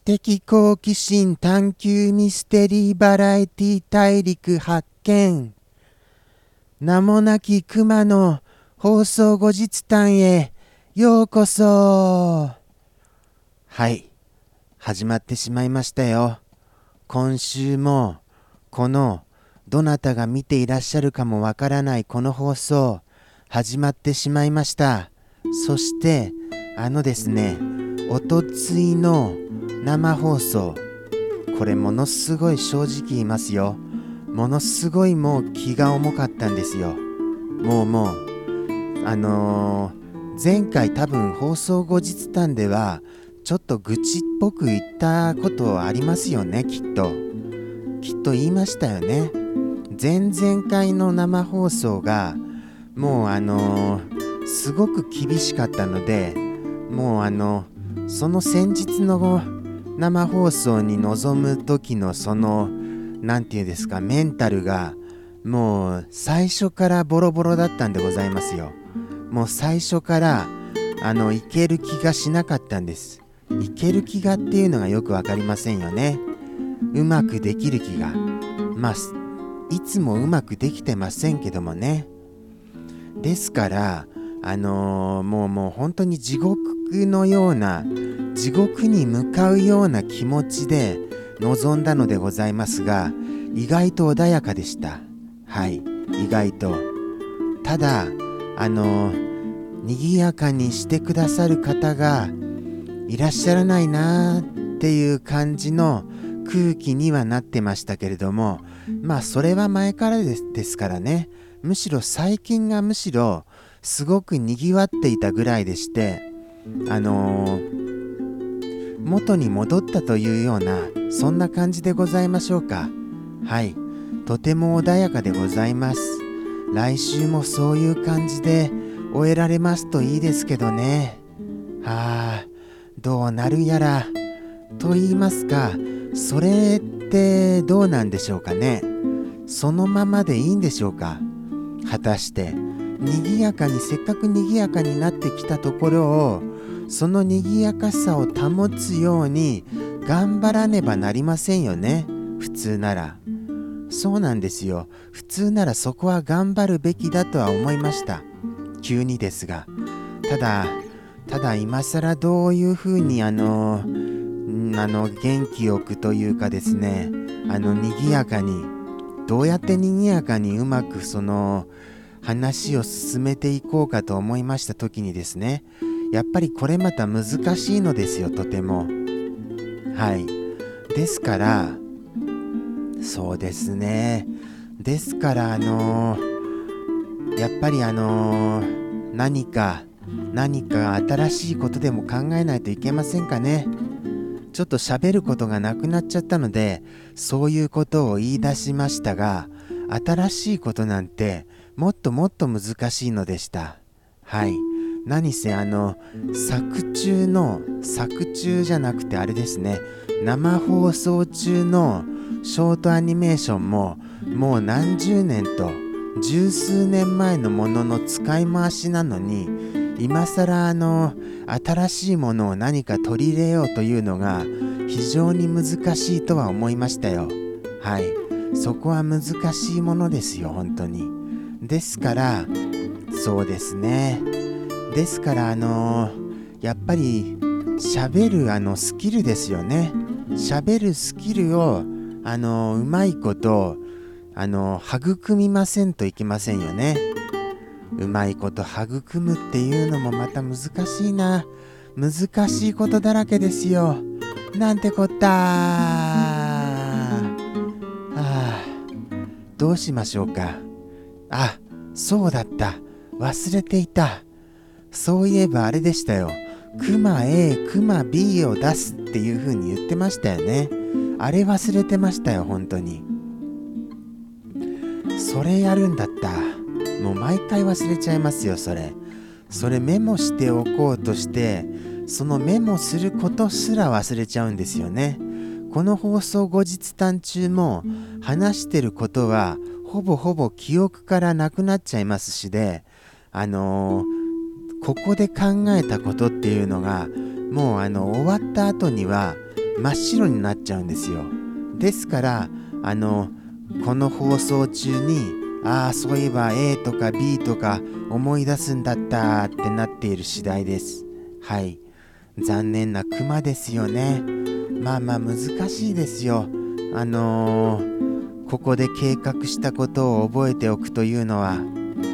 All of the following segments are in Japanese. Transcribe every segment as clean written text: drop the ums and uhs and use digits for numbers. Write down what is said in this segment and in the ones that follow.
的好奇心探求ミステリーバラエティ大陸発見。名もなき熊の放送後日談へようこそ。はい、始まってしまいましたよ。今週もこのどなたが見ていらっしゃるかもわからないこの放送始まってしまいました。そしてですね、おとついの生放送、これものすごい正直言いますよ。ものすごいもう気が重かったんですよ。もう前回多分放送後日談ではちょっと愚痴っぽく言ったことありますよね。きっと言いましたよね。前々回の生放送がもうすごく厳しかったので、もうその先日の生放送に臨む時のそのなんていうんですか、メンタルがもう最初からボロボロだったんでございますよ。もう最初からいける気がしなかったんです。いける気がっていうのがよくわかりませんよね。うまくできる気が、いつもうまくできてませんけどもね。ですからもう本当に地獄のような、地獄に向かうような気持ちで臨んだのでございますが、意外と穏やかでした。はい、意外と。ただ賑やかにしてくださる方がいらっしゃらないなっていう感じの空気にはなってましたけれども、それは前からですからね。むしろ最近がむしろすごくにぎわっていたぐらいでして、元に戻ったというような、そんな感じでございましょうか。はい、とても穏やかでございます。来週もそういう感じで終えられますといいですけどね。どうなるやら。と言いますか、それってどうなんでしょうかね。そのままでいいんでしょうか。果たしてせっかく賑やかになってきたところを、その賑やかさを保つように頑張らねばなりませんよね。普通なら。そうなんですよ。普通ならそこは頑張るべきだとは思いました。急にですが。ただ今更どういうふうに元気よくというかですね、賑やかに、どうやって賑やかにうまくその話を進めていこうかと思いました時にですね、やっぱりこれまた難しいのですよ、とても。はい。ですからそうですね。ですからやっぱり何か新しいことでも考えないといけませんかね。ちょっと喋ることがなくなっちゃったので、そういうことを言い出しましたが、新しいことなんてもっともっと難しいのでした。はい。何せ作中じゃなくてあれですね、生放送中のショートアニメーションももう何十年と十数年前のものの使い回しなのに、今更新しいものを何か取り入れようというのが非常に難しいとは思いましたよ。はい、そこは難しいものですよ、本当に。ですからそうですね。ですからやっぱり喋るスキルですよね。喋るスキルをうまいこと育みませんといけませんよね。うまいこと育むっていうのもまた難しいな。難しいことだらけですよ。なんてこった。どうしましょうか。そうだった。忘れていた。そういえばあれでしたよ。クマ A、クマ B を出すっていう風に言ってましたよね。あれ忘れてましたよ、本当に。それやるんだった。もう毎回忘れちゃいますよ、それメモしておこうとして、そのメモすることすら忘れちゃうんですよね。この放送後日談中も話してることはほぼ記憶からなくなっちゃいますしで、ここで考えたことっていうのがもう終わった後には真っ白になっちゃうんですよ。ですからこの放送中にそういえば A とか B とか思い出すんだったってなっている次第です。はい、残念なクマですよね。まあ難しいですよ。ここで計画したことを覚えておくというのは。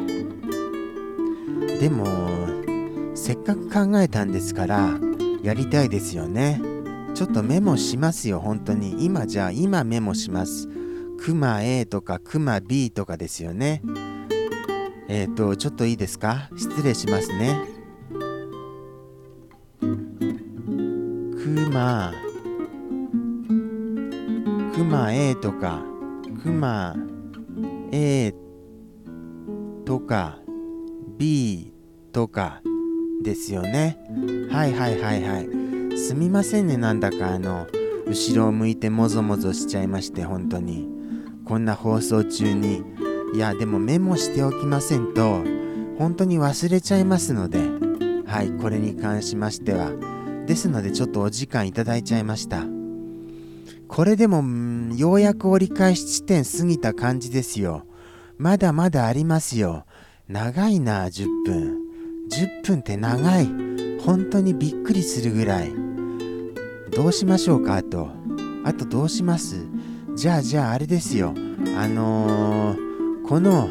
でもせっかく考えたんですからやりたいですよね。ちょっとメモしますよ、本当に。今メモします。クマ A とかクマ B とかですよね。ちょっといいですか？失礼しますね。クマ A とかクマ A とか B とかですよね。はい。すみませんね、なんだか後ろを向いてもぞもぞしちゃいまして、本当にこんな放送中に。いやでもメモしておきませんと本当に忘れちゃいますので、はい、これに関しましてはですのでちょっとお時間いただいちゃいました。これでもようやく折り返し地点過ぎた感じですよ。まだまだありますよ。長いな。10分って長い。本当にびっくりするぐらい。どうしましょうか。あとどうします？じゃああれですよ。この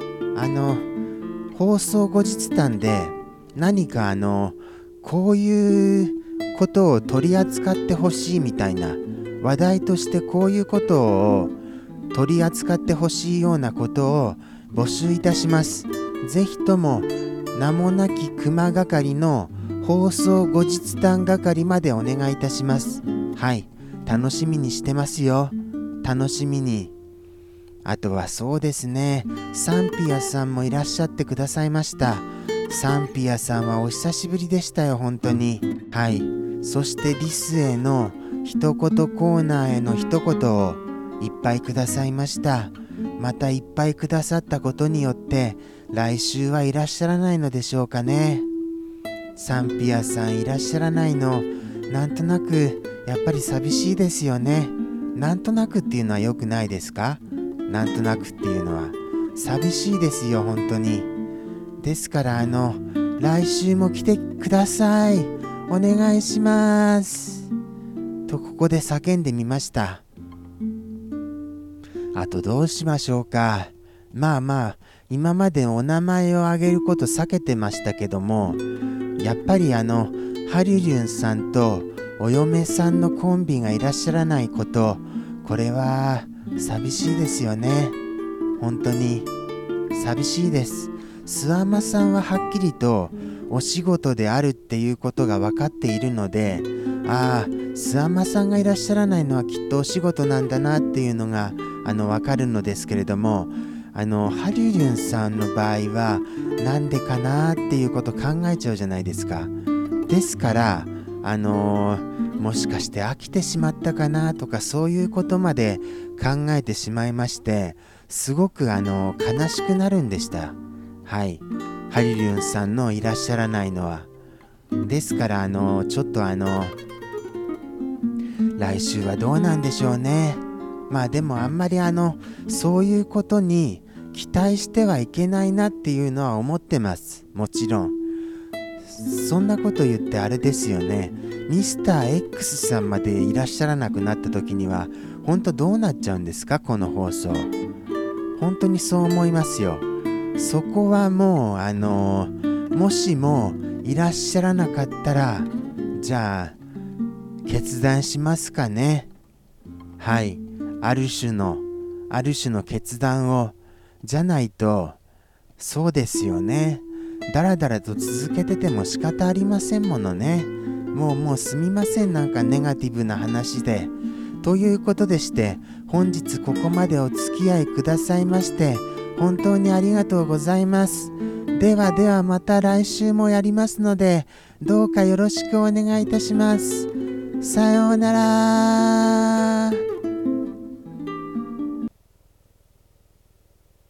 放送後日談で何かこういうことを取り扱ってほしいみたいな、話題としてこういうことを取り扱ってほしいようなことを募集いたします。ぜひとも名もなき熊係の放送後日談係までお願いいたします。はい、楽しみにしてますよ。楽しみに。あとはそうですね、サンピアさんもいらっしゃってくださいました。サンピアさんはお久しぶりでしたよ、本当に。はい。そしてリスへの一言コーナーへの一言をいっぱいくださいました。またいっぱいくださったことによって来週はいらっしゃらないのでしょうかね。サンピアさんいらっしゃらないの、なんとなくやっぱり寂しいですよね。なんとなくっていうのは良くないですか？なんとなくっていうのは寂しいですよ、本当に。ですから来週も来てください。お願いしますとここで叫んでみました。あとどうしましょうか。まあ今までお名前を挙げること避けてましたけども、やっぱりハリュリュンさんとお嫁さんのコンビがいらっしゃらないこと、これは寂しいですよね。本当に寂しいです。スワマさんははっきりとお仕事であるっていうことが分かっているので、スワマさんがいらっしゃらないのはきっとお仕事なんだなっていうのが分かるのですけれども、ハリュリュンさんの場合はなんでかなっていうこと考えちゃうじゃないですか。ですからもしかして飽きてしまったかなとか、そういうことまで考えてしまいまして、すごく悲しくなるんでした。はい、ハリリュンさんのいらっしゃらないのは。ですからちょっと来週はどうなんでしょうね。でもあんまりそういうことに期待してはいけないなっていうのは思ってます。もちろんそんなこと言ってあれですよね。ミスター X さんまでいらっしゃらなくなった時には本当どうなっちゃうんですか、この放送。本当にそう思いますよ。そこはもうもしもいらっしゃらなかったら、じゃあ決断しますかね。はい、ある種の決断を。じゃないと、そうですよね、だらだらと続けてても仕方ありませんものね。もうすみません、なんかネガティブな話で。ということでして、本日ここまでお付き合いくださいまして本当にありがとうございます。ではまた来週もやりますので、どうかよろしくお願いいたします。さようなら。